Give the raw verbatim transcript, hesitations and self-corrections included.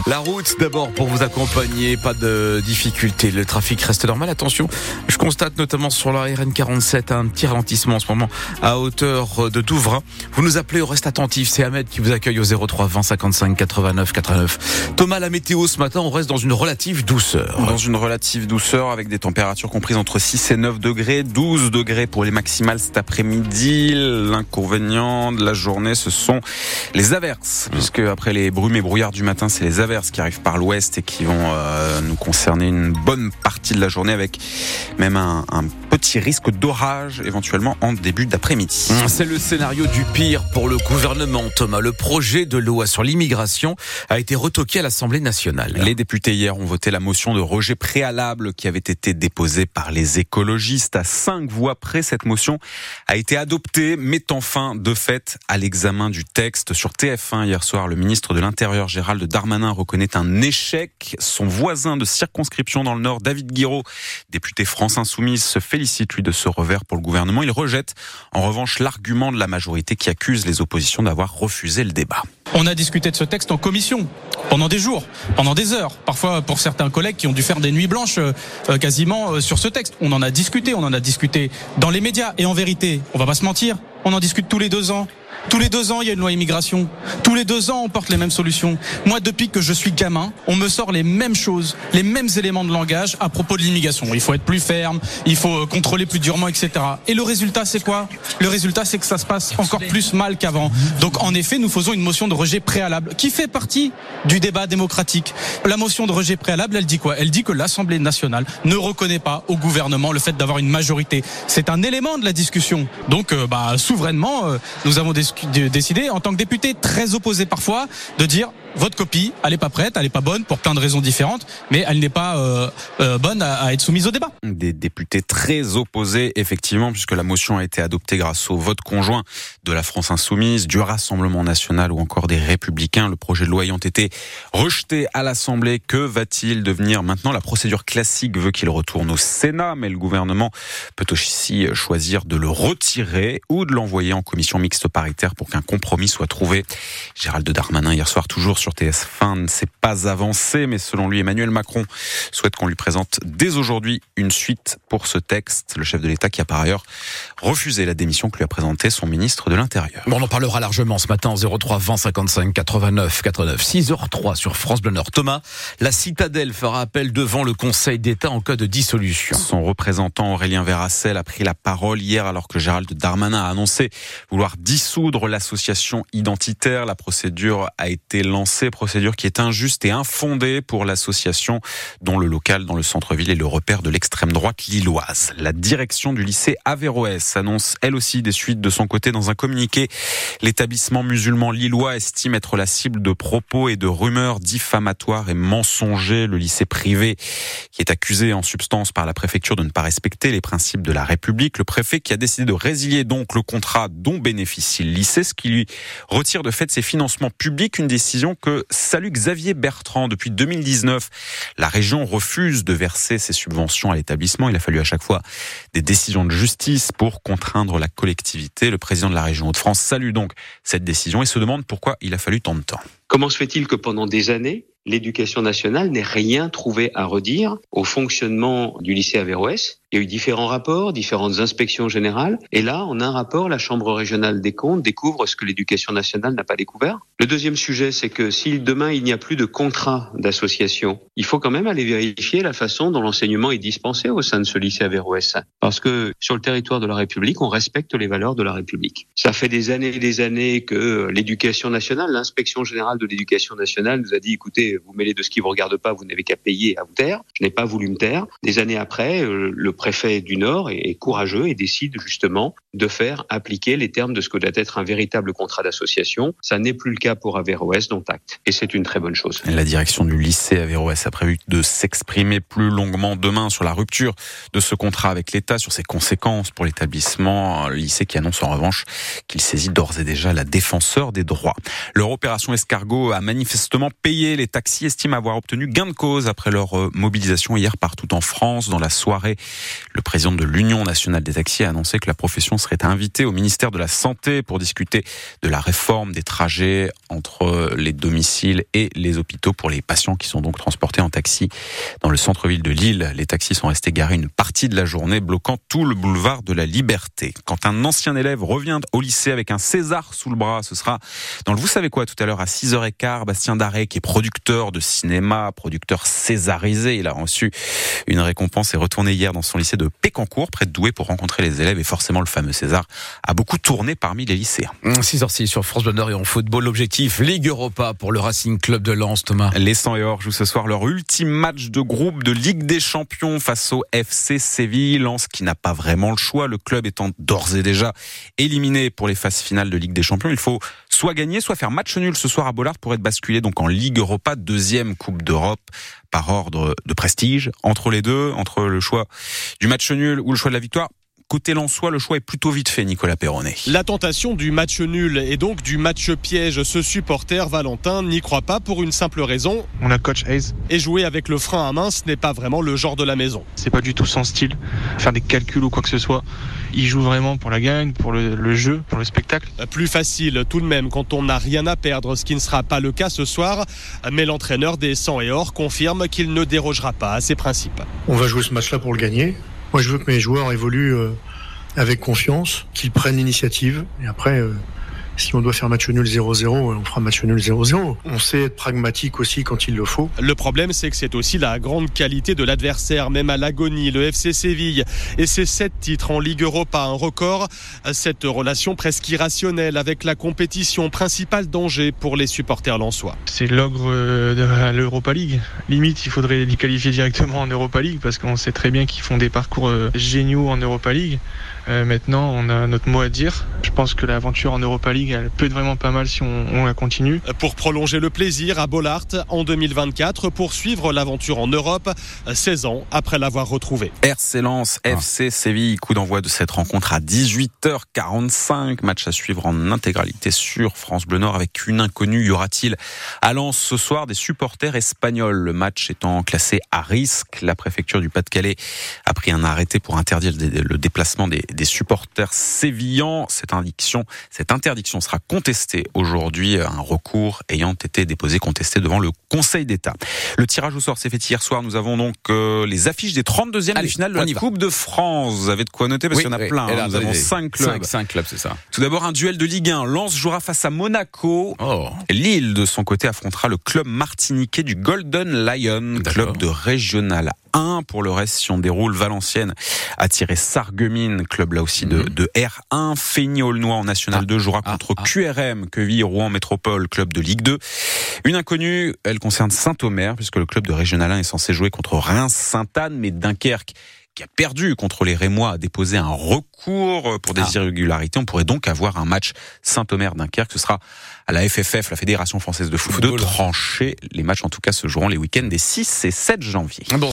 La route d'abord pour vous accompagner, pas de difficulté, le trafic reste normal. Attention, je constate notamment sur la R N quarante-sept un petit ralentissement en ce moment à hauteur de Douvrin. Vous nous appelez, on reste attentif, c'est Ahmed qui vous accueille au zéro trois vingt cinquante-cinq quatre-vingt-neuf quatre-vingt-neuf. Thomas, la météo ce matin, on reste dans une relative douceur. Dans une relative douceur avec des températures comprises entre six et neuf degrés, douze degrés pour les maximales cet après-midi. L'inconvénient de la journée, ce sont les averses, puisque après les brumes et brouillards du matin, c'est les averses qui arrivent par l'ouest et qui vont euh, nous concerner une bonne partie de la journée, avec même un, un petit risque d'orage éventuellement en début d'après-midi. C'est le scénario du pire pour le gouvernement, Thomas. Le projet de loi sur l'immigration a été retoqué à l'Assemblée nationale. Les députés hier ont voté la motion de rejet préalable qui avait été déposée par les écologistes. À cinq voix près, cette motion a été adoptée, mettant fin de fait à l'examen du texte. Sur T F un hier soir, le ministre de l'Intérieur Gérald Darmanin reconnaît un échec. Son voisin de circonscription dans le Nord, David Guiraud, député France Insoumise, se félicite lui de ce revers pour le gouvernement. Il rejette en revanche l'argument de la majorité qui accuse les oppositions d'avoir refusé le débat. On a discuté de ce texte en commission pendant des jours, pendant des heures. Parfois pour certains collègues qui ont dû faire des nuits blanches euh, quasiment euh, sur ce texte. On en a discuté, on en a discuté dans les médias. Et en vérité, on va pas se mentir, on en discute tous les deux ans. Tous les deux ans, il y a une loi immigration. Tous les deux ans, on porte les mêmes solutions. Moi, depuis que je suis gamin, on me sort les mêmes choses, les mêmes éléments de langage à propos de l'immigration. Il faut être plus ferme, il faut contrôler plus durement, et cetera. Et le résultat, c'est quoi ? Le résultat, c'est que ça se passe encore plus mal qu'avant. Donc, en effet, nous faisons une motion de rejet préalable qui fait partie du débat démocratique. La motion de rejet préalable, elle dit quoi ? Elle dit que l'Assemblée nationale ne reconnaît pas au gouvernement le fait d'avoir une majorité. C'est un élément de la discussion. Donc, euh, bah, souverainement, euh, nous avons des décidé, en tant que député très opposé parfois, de dire votre copie, elle n'est pas prête, elle n'est pas bonne pour plein de raisons différentes, mais elle n'est pas euh, euh, bonne à, à être soumise au débat. Des députés très opposés, effectivement, puisque la motion a été adoptée grâce au vote conjoint de la France Insoumise, du Rassemblement National ou encore des Républicains. Le projet de loi ayant été rejeté à l'Assemblée, que va-t-il devenir maintenant ? La procédure classique veut qu'il retourne au Sénat, mais le gouvernement peut aussi choisir de le retirer ou de l'envoyer en commission mixte paritaire pour qu'un compromis soit trouvé. Gérald Darmanin, hier soir, toujours sur T F un, ne s'est pas avancé, mais selon lui, Emmanuel Macron souhaite qu'on lui présente dès aujourd'hui une suite pour ce texte. Le chef de l'État qui a par ailleurs refusé la démission que lui a présentée son ministre de l'Intérieur. Bon, on en parlera largement ce matin au zéro trois vingt cinquante-cinq quatre-vingt-neuf quatre-vingt-neuf. six heures trois sur France Bleu Nord. Thomas, la Citadelle fera appel devant le Conseil d'État en cas de dissolution. Son représentant Aurélien Verracel a pris la parole hier alors que Gérald Darmanin a annoncé vouloir dissoudre l'association identitaire. La procédure a été lancée, procédure qui est injuste et infondée pour l'association dont le local dans le centre-ville est le repère de l'extrême droite lilloise. La direction du lycée Averroès annonce elle aussi des suites de son côté dans un communiqué. L'établissement musulman lillois estime être la cible de propos et de rumeurs diffamatoires et mensongers. Le lycée privé qui est accusé en substance par la préfecture de ne pas respecter les principes de la République. Le préfet qui a décidé de résilier donc le contrat dont bénéficie le lycée, ce qui lui retire de fait ses financements publics, une décision que salue Xavier Bertrand. Depuis deux mille dix-neuf, la région refuse de verser ses subventions à l'établissement. Il a fallu à chaque fois des décisions de justice pour contraindre la collectivité. Le président de la région Hauts-de-France salue donc cette décision et se demande pourquoi il a fallu tant de temps. Comment se fait-il que pendant des années, l'Éducation nationale n'ait rien trouvé à redire au fonctionnement du lycée Averroès ? Il y a eu différents rapports, différentes inspections générales. Et là, en un rapport, la Chambre régionale des comptes découvre ce que l'Éducation nationale n'a pas découvert. Le deuxième sujet, c'est que si demain, il n'y a plus de contrat d'association, il faut quand même aller vérifier la façon dont l'enseignement est dispensé au sein de ce lycée Averroès. Parce que sur le territoire de la République, on respecte les valeurs de la République. Ça fait des années et des années que l'Éducation nationale, l'inspection générale de l'Éducation nationale nous a dit, écoutez, vous mêlez de ce qui vous regarde pas, vous n'avez qu'à payer à vous taire. Je n'ai pas voulu me taire. Des années après, le préfet du Nord est courageux et décide justement de faire appliquer les termes de ce que doit être un véritable contrat d'association. Ça n'est plus le cas pour Averroès, dont acte. Et c'est une très bonne chose. La direction du lycée Averroès a prévu de s'exprimer plus longuement demain sur la rupture de ce contrat avec l'État, sur ses conséquences pour l'établissement. Le lycée qui annonce en revanche qu'il saisit d'ores et déjà la défenseure des droits. Leur opération Escargot a manifestement payé. Les taxis estiment avoir obtenu gain de cause après leur mobilisation hier partout en France. Dans la soirée, Le président de l'Union nationale des taxis a annoncé que la profession serait invitée au ministère de la Santé pour discuter de la réforme des trajets entre les domiciles et les hôpitaux pour les patients qui sont donc transportés en taxi dans le centre-ville de Lille. Les taxis sont restés garés une partie de la journée, bloquant tout le boulevard de la Liberté. Quand un ancien élève revient au lycée avec un César sous le bras, ce sera dans le Vous savez quoi tout à l'heure à six heures quinze. Bastien Darret, qui est producteur de cinéma, producteur césarisé, il a reçu une récompense et retourné hier dans son lycée de Pécancourt, près de Douai, pour rencontrer les élèves. Et forcément, le fameux César a beaucoup tourné parmi les lycéens. six heures six sur France Bleu Nord et en football, l'objectif Ligue Europa pour le Racing Club de Lens, Thomas. Les cent et or jouent ce soir leur ultime match de groupe de Ligue des Champions face au F C Séville. Lens qui n'a pas vraiment le choix, le club étant d'ores et déjà éliminé pour les phases finales de Ligue des Champions. Il faut soit gagner, soit faire match nul ce soir à Bollaert pour être basculé donc en Ligue Europa, deuxième Coupe d'Europe par ordre de prestige. Entre les deux, entre le choix du match nul ou le choix de la victoire, côté lensois, le choix est plutôt vite fait, Nicolas Perronnet. La tentation du match nul et donc du match piège, ce supporter Valentin n'y croit pas pour une simple raison. On a coach Hayes. Et jouer avec le frein à main, ce n'est pas vraiment le genre de la maison. C'est pas du tout son style, faire des calculs ou quoi que ce soit. Il joue vraiment pour la gagne, pour le, le jeu, pour le spectacle. Plus facile tout de même quand on n'a rien à perdre, ce qui ne sera pas le cas ce soir. Mais l'entraîneur des cent et or confirme qu'il ne dérogera pas à ses principes. On va jouer ce match-là pour le gagner. Moi, je veux que mes joueurs évoluent euh, avec confiance, qu'ils prennent l'initiative. Et après, euh, si on doit faire match nul zéro zéro, on fera match nul zéro zéro. On sait être pragmatique aussi quand il le faut. Le problème, c'est que c'est aussi la grande qualité de l'adversaire, même à l'agonie, le F C Séville. Et ses sept titres en Ligue Europa, un record. Cette relation presque irrationnelle avec la compétition, principal danger pour les supporters lensois. C'est l'ogre de l'Europa League. Limite, il faudrait les qualifier directement en Europa League parce qu'on sait très bien qu'ils font des parcours géniaux en Europa League. Euh, maintenant, on a notre mot à dire. Je pense que l'aventure en Europa League, elle peut être vraiment pas mal si on, on la continue. Pour prolonger le plaisir à Bollaert en deux mille vingt-quatre, poursuivre l'aventure en Europe, seize ans après l'avoir retrouvé. R C Lens, F C Séville, coup d'envoi de cette rencontre à dix-huit heures quarante-cinq. Match à suivre en intégralité sur France Bleu Nord avec une inconnue. Y aura-t-il à Lens ce soir des supporters espagnols? Le match étant classé à risque, la préfecture du Pas-de-Calais a pris un arrêté pour interdire le déplacement des des supporters sévillans. Cette interdiction, cette interdiction sera contestée aujourd'hui, un recours ayant été déposé, contesté devant le Conseil d'État. Le tirage au sort s'est fait hier soir. Nous avons donc euh, les affiches des trente-deuxièmes de finale de la Coupe de France. Vous avez de quoi noter parce oui, qu'il y en a oui. plein. Là, hein. Nous avons cinq clubs. cinq clubs, c'est ça. Tout d'abord, un duel de Ligue un. Lens jouera face à Monaco. Oh. Lille, de son côté, affrontera le club martiniquais du Golden Lion, D'accord. club de régional un. Pour le reste, si on déroule, Valenciennes a tiré Sarreguemines, club là aussi de, de R un. Feigny-Aulnois en National ah, deux jouera ah, contre ah. Q R M, Quevilly-Rouen Métropole, club de Ligue deux. Une inconnue, elle concerne Saint-Omer, puisque le club de Régional un est censé jouer contre Reims-Sainte-Anne, mais Dunkerque, qui a perdu contre les Rémois, a déposé un recours pour des ah. irrégularités. On pourrait donc avoir un match Saint-Omer-Dunkerque. Ce sera à la F F F, la Fédération Française de Foot, de trancher. Les matchs, en tout cas, se joueront les week-ends des six et sept janvier. Bon.